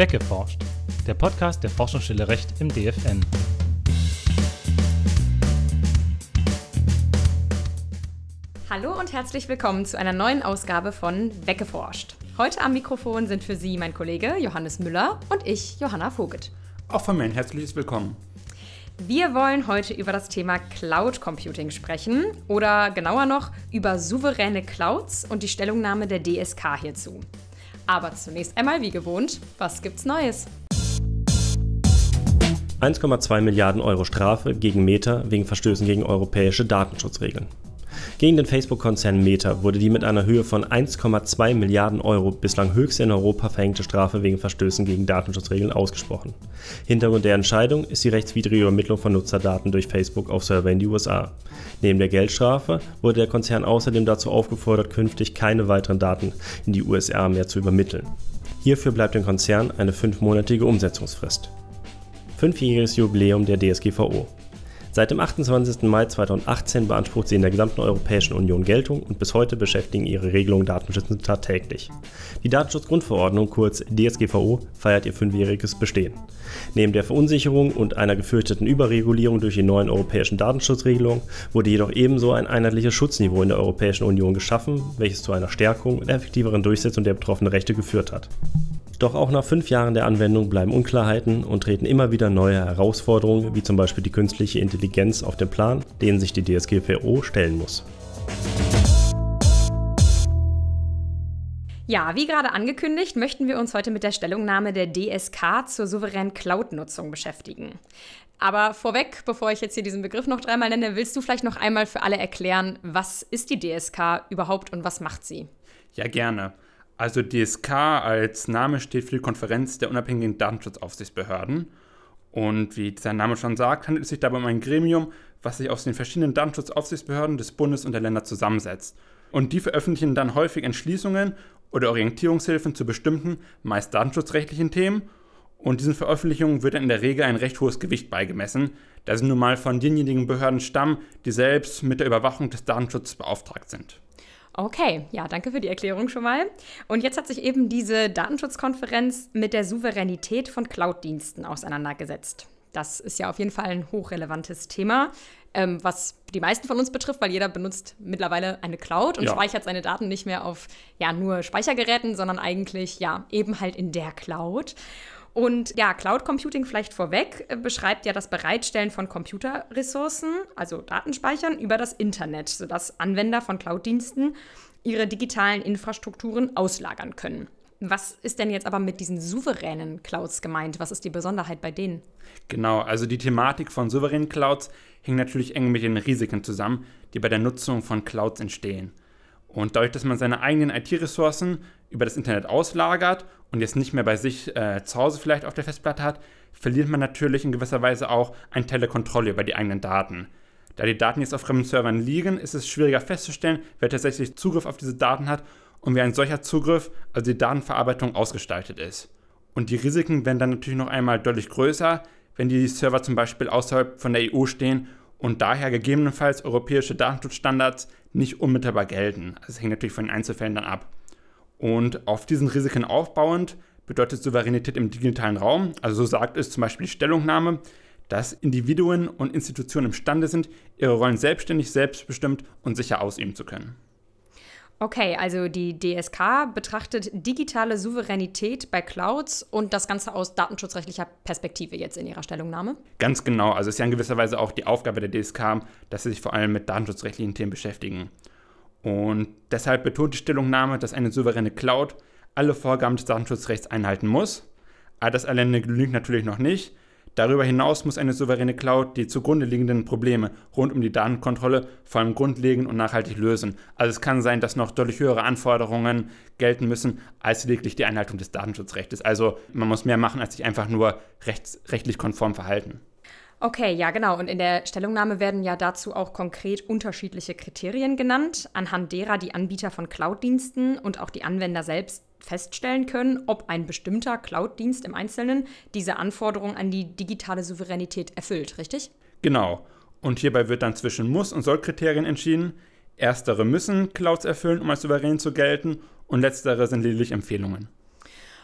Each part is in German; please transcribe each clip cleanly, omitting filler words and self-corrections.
Weggeforscht, der Podcast der Forschungsstelle Recht im DFN. Hallo und herzlich willkommen zu einer neuen Ausgabe von Weggeforscht. Heute am Mikrofon sind für Sie mein Kollege Johannes Müller und ich, Johanna Vogt. Auch von mir ein herzliches Willkommen. Wir wollen heute über das Thema Cloud Computing sprechen oder genauer noch über souveräne Clouds und die Stellungnahme der DSK hierzu. Aber zunächst einmal wie gewohnt, was gibt's Neues? 1,2 Milliarden Euro Strafe gegen Meta wegen Verstößen gegen europäische Datenschutzregeln. Gegen den Facebook-Konzern Meta wurde die mit einer Höhe von 1,2 Milliarden Euro bislang höchste in Europa verhängte Strafe wegen Verstößen gegen Datenschutzregeln ausgesprochen. Hintergrund der Entscheidung ist die rechtswidrige Übermittlung von Nutzerdaten durch Facebook auf Server in die USA. Neben der Geldstrafe wurde der Konzern außerdem dazu aufgefordert, künftig keine weiteren Daten in die USA mehr zu übermitteln. Hierfür bleibt dem Konzern eine 5-monatige Umsetzungsfrist. 5-jähriges Jubiläum der DSGVO. Seit dem 28. Mai 2018 beansprucht sie in der gesamten Europäischen Union Geltung und bis heute beschäftigen ihre Regelungen Datenschützer tagtäglich. Die Datenschutzgrundverordnung, kurz DSGVO, feiert ihr 5-jähriges Bestehen. Neben der Verunsicherung und einer gefürchteten Überregulierung durch die neuen europäischen Datenschutzregelungen wurde jedoch ebenso ein einheitliches Schutzniveau in der Europäischen Union geschaffen, welches zu einer Stärkung und effektiveren Durchsetzung der betroffenen Rechte geführt hat. Doch auch nach 5 Jahren der Anwendung bleiben Unklarheiten und treten immer wieder neue Herausforderungen, wie zum Beispiel die künstliche Intelligenz, auf den Plan, denen sich die DSGVO stellen muss. Ja, wie gerade angekündigt, möchten wir uns heute mit der Stellungnahme der DSK zur souveränen Cloud-Nutzung beschäftigen. Aber vorweg, bevor ich jetzt hier diesen Begriff noch 3-mal nenne, willst du vielleicht noch einmal für alle erklären, was ist die DSK überhaupt und was macht sie? Ja, gerne. Also DSK als Name steht für die Konferenz der unabhängigen Datenschutzaufsichtsbehörden. Und wie dieser Name schon sagt, handelt es sich dabei um ein Gremium, was sich aus den verschiedenen Datenschutzaufsichtsbehörden des Bundes und der Länder zusammensetzt. Und die veröffentlichen dann häufig Entschließungen oder Orientierungshilfen zu bestimmten, meist datenschutzrechtlichen Themen. Und diesen Veröffentlichungen wird dann in der Regel ein recht hohes Gewicht beigemessen, da sie nun mal von denjenigen Behörden stammen, die selbst mit der Überwachung des Datenschutzes beauftragt sind. Okay, ja, danke für die Erklärung schon mal. Und jetzt hat sich eben diese Datenschutzkonferenz mit der Souveränität von Cloud-Diensten auseinandergesetzt. Das ist ja auf jeden Fall ein hochrelevantes Thema, was die meisten von uns betrifft, weil jeder benutzt mittlerweile eine Cloud und speichert seine Daten nicht mehr auf nur Speichergeräten, sondern eigentlich eben halt in der Cloud. Und Cloud Computing vielleicht vorweg beschreibt ja das Bereitstellen von Computerressourcen, also Datenspeichern, über das Internet, sodass Anwender von Cloud-Diensten ihre digitalen Infrastrukturen auslagern können. Was ist denn jetzt aber mit diesen souveränen Clouds gemeint? Was ist die Besonderheit bei denen? Genau, also die Thematik von souveränen Clouds hängt natürlich eng mit den Risiken zusammen, die bei der Nutzung von Clouds entstehen. Und dadurch, dass man seine eigenen IT-Ressourcen über das Internet auslagert und jetzt nicht mehr bei sich zu Hause vielleicht auf der Festplatte hat, verliert man natürlich in gewisser Weise auch einen Teil der Kontrolle über die eigenen Daten. Da die Daten jetzt auf fremden Servern liegen, ist es schwieriger festzustellen, wer tatsächlich Zugriff auf diese Daten hat und wie ein solcher Zugriff, also die Datenverarbeitung, ausgestaltet ist. Und die Risiken werden dann natürlich noch einmal deutlich größer, wenn die Server zum Beispiel außerhalb von der EU stehen und daher gegebenenfalls europäische Datenschutzstandards nicht unmittelbar gelten. Also es hängt natürlich von den Einzelfällen dann ab. Und auf diesen Risiken aufbauend bedeutet Souveränität im digitalen Raum, also so sagt es zum Beispiel die Stellungnahme, dass Individuen und Institutionen imstande sind, ihre Rollen selbstständig, selbstbestimmt und sicher ausüben zu können. Okay, also die DSK betrachtet digitale Souveränität bei Clouds und das Ganze aus datenschutzrechtlicher Perspektive jetzt in ihrer Stellungnahme? Ganz genau, also es ist ja in gewisser Weise auch die Aufgabe der DSK, dass sie sich vor allem mit datenschutzrechtlichen Themen beschäftigen. Und deshalb betont die Stellungnahme, dass eine souveräne Cloud alle Vorgaben des Datenschutzrechts einhalten muss. Aber das alleine genügt natürlich noch nicht. Darüber hinaus muss eine souveräne Cloud die zugrunde liegenden Probleme rund um die Datenkontrolle vor allem grundlegend und nachhaltig lösen. Also es kann sein, dass noch deutlich höhere Anforderungen gelten müssen als lediglich die Einhaltung des Datenschutzrechts. Also man muss mehr machen, als sich einfach nur rechtlich konform verhalten. Okay, ja genau. Und in der Stellungnahme werden ja dazu auch konkret unterschiedliche Kriterien genannt, anhand derer die Anbieter von Cloud-Diensten und auch die Anwender selbst feststellen können, ob ein bestimmter Cloud-Dienst im Einzelnen diese Anforderungen an die digitale Souveränität erfüllt, richtig? Genau. Und hierbei wird dann zwischen Muss- und Soll-Kriterien entschieden. Erstere müssen Clouds erfüllen, um als souverän zu gelten, und letztere sind lediglich Empfehlungen.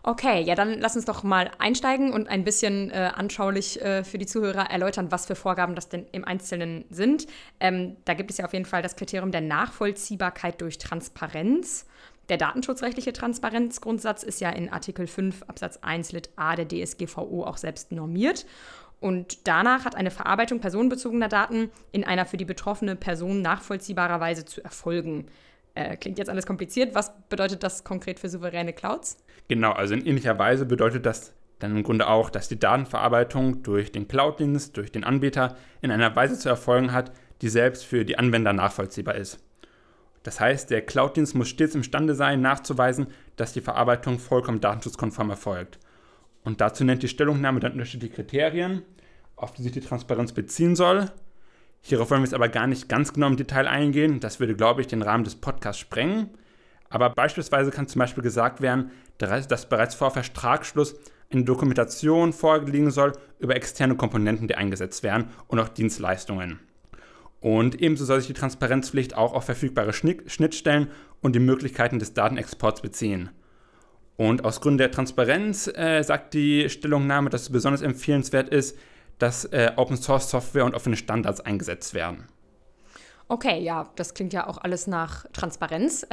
Okay, ja, dann lass uns doch mal einsteigen und ein bisschen anschaulich für die Zuhörer erläutern, was für Vorgaben das denn im Einzelnen sind. Da gibt es ja auf jeden Fall das Kriterium der Nachvollziehbarkeit durch Transparenz. Der datenschutzrechtliche Transparenzgrundsatz ist ja in Artikel 5 Absatz 1 Lit a der DSGVO auch selbst normiert. Und danach hat eine Verarbeitung personenbezogener Daten in einer für die betroffene Person nachvollziehbarer Weise zu erfolgen. Klingt jetzt alles kompliziert. Was bedeutet das konkret für souveräne Clouds? Genau, also in ähnlicher Weise bedeutet das dann im Grunde auch, dass die Datenverarbeitung durch den Cloud-Dienst, durch den Anbieter in einer Weise zu erfolgen hat, die selbst für die Anwender nachvollziehbar ist. Das heißt, der Cloud-Dienst muss stets imstande sein, nachzuweisen, dass die Verarbeitung vollkommen datenschutzkonform erfolgt. Und dazu nennt die Stellungnahme dann unterschiedliche Kriterien, auf die sich die Transparenz beziehen soll. Hierauf wollen wir jetzt aber gar nicht ganz genau im Detail eingehen. Das würde, glaube ich, den Rahmen des Podcasts sprengen. Aber beispielsweise kann zum Beispiel gesagt werden, dass bereits vor Vertragsschluss eine Dokumentation vorliegen soll über externe Komponenten, die eingesetzt werden und auch Dienstleistungen. Und ebenso soll sich die Transparenzpflicht auch auf verfügbare Schnittstellen und die Möglichkeiten des Datenexports beziehen. Und aus Gründen der Transparenz sagt die Stellungnahme, dass es besonders empfehlenswert ist, dass Open-Source-Software und offene Standards eingesetzt werden. Okay, ja, das klingt ja auch alles nach Transparenz.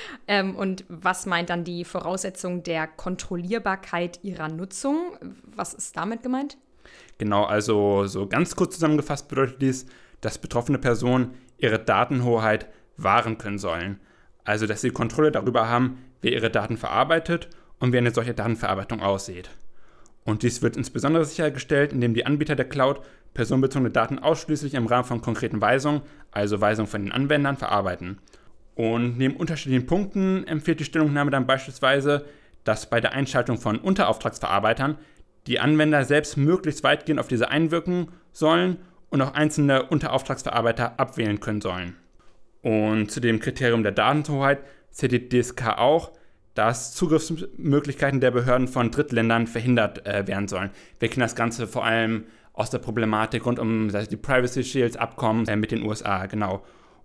Und was meint dann die Voraussetzung der Kontrollierbarkeit ihrer Nutzung? Was ist damit gemeint? Genau, also so ganz kurz zusammengefasst bedeutet dies, dass betroffene Personen ihre Datenhoheit wahren können sollen. Also, dass sie Kontrolle darüber haben, wer ihre Daten verarbeitet und wie eine solche Datenverarbeitung aussieht. Und dies wird insbesondere sichergestellt, indem die Anbieter der Cloud personenbezogene Daten ausschließlich im Rahmen von konkreten Weisungen, also Weisungen von den Anwendern, verarbeiten. Und neben unterschiedlichen Punkten empfiehlt die Stellungnahme dann beispielsweise, dass bei der Einschaltung von Unterauftragsverarbeitern die Anwender selbst möglichst weitgehend auf diese einwirken sollen und auch einzelne Unterauftragsverarbeiter abwählen können sollen. Und zu dem Kriterium der Datenhoheit zählt die DSK auch, dass Zugriffsmöglichkeiten der Behörden von Drittländern verhindert werden sollen. Wir kennen das Ganze vor allem aus der Problematik rund um die Privacy Shields Abkommen mit den USA, genau.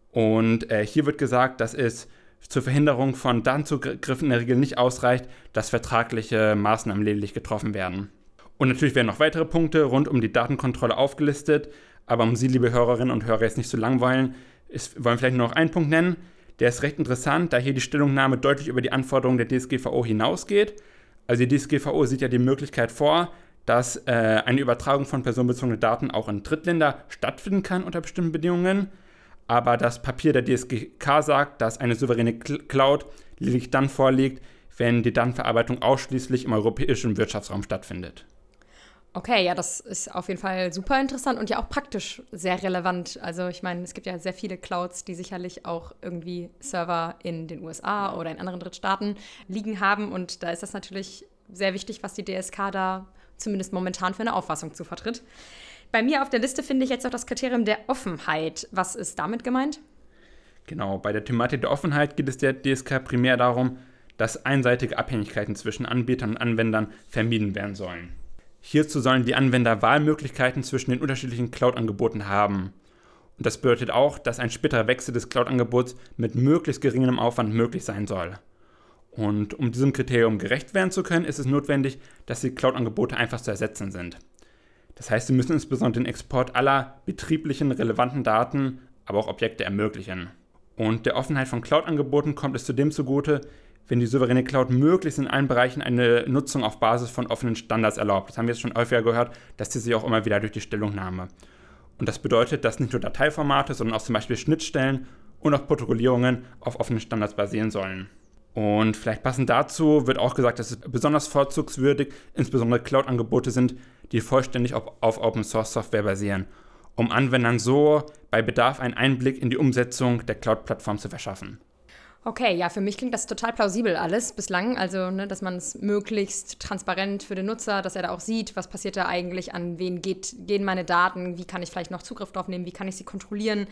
Und hier wird gesagt, dass es zur Verhinderung von Datenzugriffen in der Regel nicht ausreicht, dass vertragliche Maßnahmen lediglich getroffen werden. Und natürlich werden noch weitere Punkte rund um die Datenkontrolle aufgelistet, aber um Sie, liebe Hörerinnen und Hörer, jetzt nicht so langweilen, wollen wir vielleicht nur noch einen Punkt nennen. Der ist recht interessant, da hier die Stellungnahme deutlich über die Anforderungen der DSGVO hinausgeht. Also die DSGVO sieht ja die Möglichkeit vor, dass eine Übertragung von personenbezogenen Daten auch in Drittländer stattfinden kann unter bestimmten Bedingungen. Aber das Papier der DSGK sagt, dass eine souveräne Cloud lediglich dann vorliegt, wenn die Datenverarbeitung ausschließlich im europäischen Wirtschaftsraum stattfindet. Okay, ja, das ist auf jeden Fall super interessant und ja auch praktisch sehr relevant. Also ich meine, es gibt ja sehr viele Clouds, die sicherlich auch irgendwie Server in den USA oder in anderen Drittstaaten liegen haben. Und da ist das natürlich sehr wichtig, was die DSK da zumindest momentan für eine Auffassung zu vertritt. Bei mir auf der Liste finde ich jetzt auch das Kriterium der Offenheit. Was ist damit gemeint? Genau, bei der Thematik der Offenheit geht es der DSK primär darum, dass einseitige Abhängigkeiten zwischen Anbietern und Anwendern vermieden werden sollen. Hierzu sollen die Anwender Wahlmöglichkeiten zwischen den unterschiedlichen Cloud-Angeboten haben. Und das bedeutet auch, dass ein späterer Wechsel des Cloud-Angebots mit möglichst geringem Aufwand möglich sein soll. Und um diesem Kriterium gerecht werden zu können, ist es notwendig, dass die Cloud-Angebote einfach zu ersetzen sind. Das heißt, sie müssen insbesondere den Export aller betrieblichen, relevanten Daten, aber auch Objekte ermöglichen. Und der Offenheit von Cloud-Angeboten kommt es zudem zugute, wenn die souveräne Cloud möglichst in allen Bereichen eine Nutzung auf Basis von offenen Standards erlaubt. Das haben wir jetzt schon häufiger gehört, das zieht sich auch immer wieder durch die Stellungnahme. Und das bedeutet, dass nicht nur Dateiformate, sondern auch zum Beispiel Schnittstellen und auch Protokollierungen auf offenen Standards basieren sollen. Und vielleicht passend dazu wird auch gesagt, dass es besonders vorzugswürdig insbesondere Cloud-Angebote sind, die vollständig auf Open-Source-Software basieren, um Anwendern so bei Bedarf einen Einblick in die Umsetzung der Cloud-Plattform zu verschaffen. Okay, ja, für mich klingt das total plausibel alles bislang. Also, dass man es möglichst transparent für den Nutzer, dass er da auch sieht, was passiert da eigentlich, an wen gehen meine Daten, wie kann ich vielleicht noch Zugriff drauf nehmen, wie kann ich sie kontrollieren.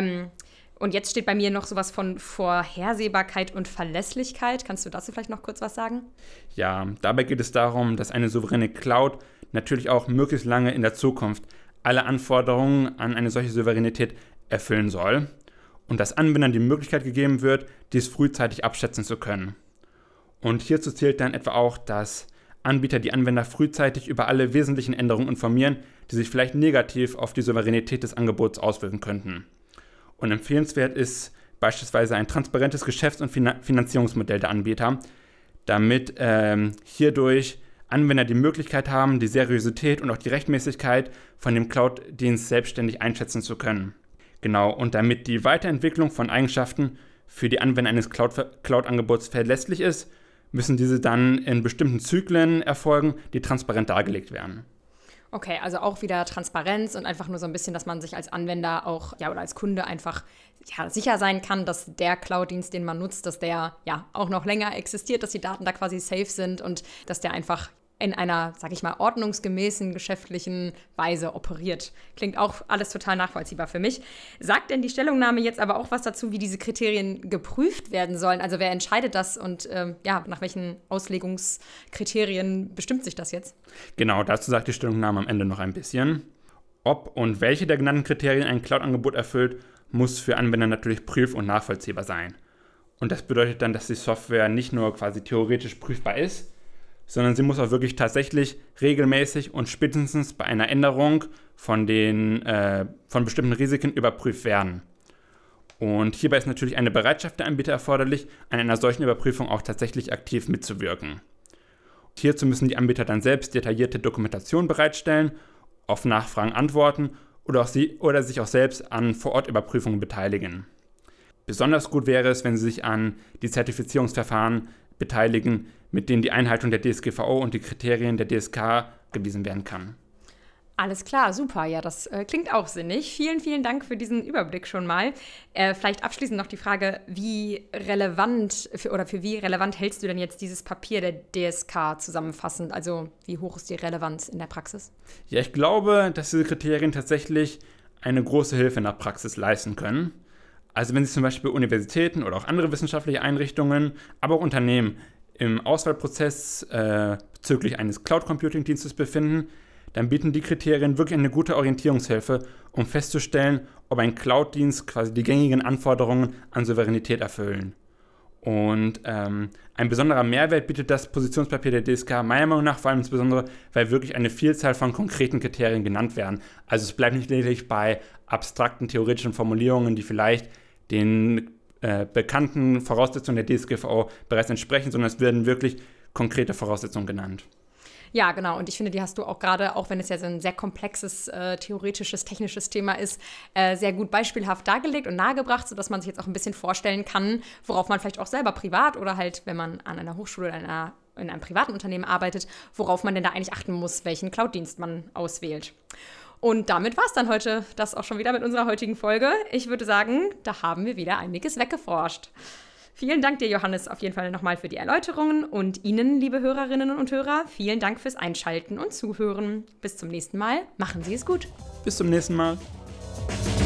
Und jetzt steht bei mir noch sowas von Vorhersehbarkeit und Verlässlichkeit. Kannst du dazu vielleicht noch kurz was sagen? Ja, dabei geht es darum, dass eine souveräne Cloud natürlich auch möglichst lange in der Zukunft alle Anforderungen an eine solche Souveränität erfüllen soll und dass Anwendern die Möglichkeit gegeben wird, dies frühzeitig abschätzen zu können. Und hierzu zählt dann etwa auch, dass Anbieter die Anwender frühzeitig über alle wesentlichen Änderungen informieren, die sich vielleicht negativ auf die Souveränität des Angebots auswirken könnten. Und empfehlenswert ist beispielsweise ein transparentes Geschäfts- und Finanzierungsmodell der Anbieter, damit hierdurch Anwender die Möglichkeit haben, die Seriosität und auch die Rechtmäßigkeit von dem Cloud-Dienst selbstständig einschätzen zu können. Genau, und damit die Weiterentwicklung von Eigenschaften für die Anwender eines Cloud-Angebots verlässlich ist, müssen diese dann in bestimmten Zyklen erfolgen, die transparent dargelegt werden. Okay, also auch wieder Transparenz und einfach nur so ein bisschen, dass man sich als Anwender auch, ja, oder als Kunde einfach sicher sein kann, dass der Cloud-Dienst, den man nutzt, dass der auch noch länger existiert, dass die Daten da quasi safe sind und dass der einfach in einer, sag ich mal, ordnungsgemäßen geschäftlichen Weise operiert. Klingt auch alles total nachvollziehbar für mich. Sagt denn die Stellungnahme jetzt aber auch was dazu, wie diese Kriterien geprüft werden sollen? Also wer entscheidet das und nach welchen Auslegungskriterien bestimmt sich das jetzt? Genau, dazu sagt die Stellungnahme am Ende noch ein bisschen. Ob und welche der genannten Kriterien ein Cloud-Angebot erfüllt, muss für Anwender natürlich prüf- und nachvollziehbar sein. Und das bedeutet dann, dass die Software nicht nur quasi theoretisch prüfbar ist, sondern sie muss auch wirklich tatsächlich regelmäßig und spätestens bei einer Änderung von bestimmten Risiken überprüft werden. Und hierbei ist natürlich eine Bereitschaft der Anbieter erforderlich, an einer solchen Überprüfung auch tatsächlich aktiv mitzuwirken. Hierzu müssen die Anbieter dann selbst detaillierte Dokumentation bereitstellen, auf Nachfragen antworten oder sich auch selbst an Vor-Ort-Überprüfungen beteiligen. Besonders gut wäre es, wenn sie sich an die Zertifizierungsverfahren beteiligen, mit denen die Einhaltung der DSGVO und die Kriterien der DSK gewiesen werden kann. Alles klar, super. Ja, das klingt auch sinnig. Vielen, vielen Dank für diesen Überblick schon mal. Vielleicht abschließend noch die Frage, für wie relevant hältst du denn jetzt dieses Papier der DSK zusammenfassend? Also wie hoch ist die Relevanz in der Praxis? Ja, ich glaube, dass diese Kriterien tatsächlich eine große Hilfe in der Praxis leisten können. Also wenn sich zum Beispiel Universitäten oder auch andere wissenschaftliche Einrichtungen, aber auch Unternehmen im Auswahlprozess bezüglich eines Cloud-Computing-Dienstes befinden, dann bieten die Kriterien wirklich eine gute Orientierungshilfe, um festzustellen, ob ein Cloud-Dienst quasi die gängigen Anforderungen an Souveränität erfüllen. Und ein besonderer Mehrwert bietet das Positionspapier der DSK meiner Meinung nach, vor allem insbesondere, weil wirklich eine Vielzahl von konkreten Kriterien genannt werden. Also es bleibt nicht lediglich bei abstrakten theoretischen Formulierungen, die vielleicht den bekannten Voraussetzungen der DSGVO bereits entsprechen, sondern es werden wirklich konkrete Voraussetzungen genannt. Ja, genau. Und ich finde, die hast du auch gerade, auch wenn es ja so ein sehr komplexes, theoretisches, technisches Thema ist, sehr gut beispielhaft dargelegt und nahegebracht, sodass man sich jetzt auch ein bisschen vorstellen kann, worauf man vielleicht auch selber privat oder halt, wenn man an einer Hochschule oder in einem privaten Unternehmen arbeitet, worauf man denn da eigentlich achten muss, welchen Cloud-Dienst man auswählt. Und damit war es dann heute das auch schon wieder mit unserer heutigen Folge. Ich würde sagen, da haben wir wieder einiges weggeforscht. Vielen Dank dir, Johannes, auf jeden Fall nochmal für die Erläuterungen und Ihnen, liebe Hörerinnen und Hörer, vielen Dank fürs Einschalten und Zuhören. Bis zum nächsten Mal. Machen Sie es gut. Bis zum nächsten Mal.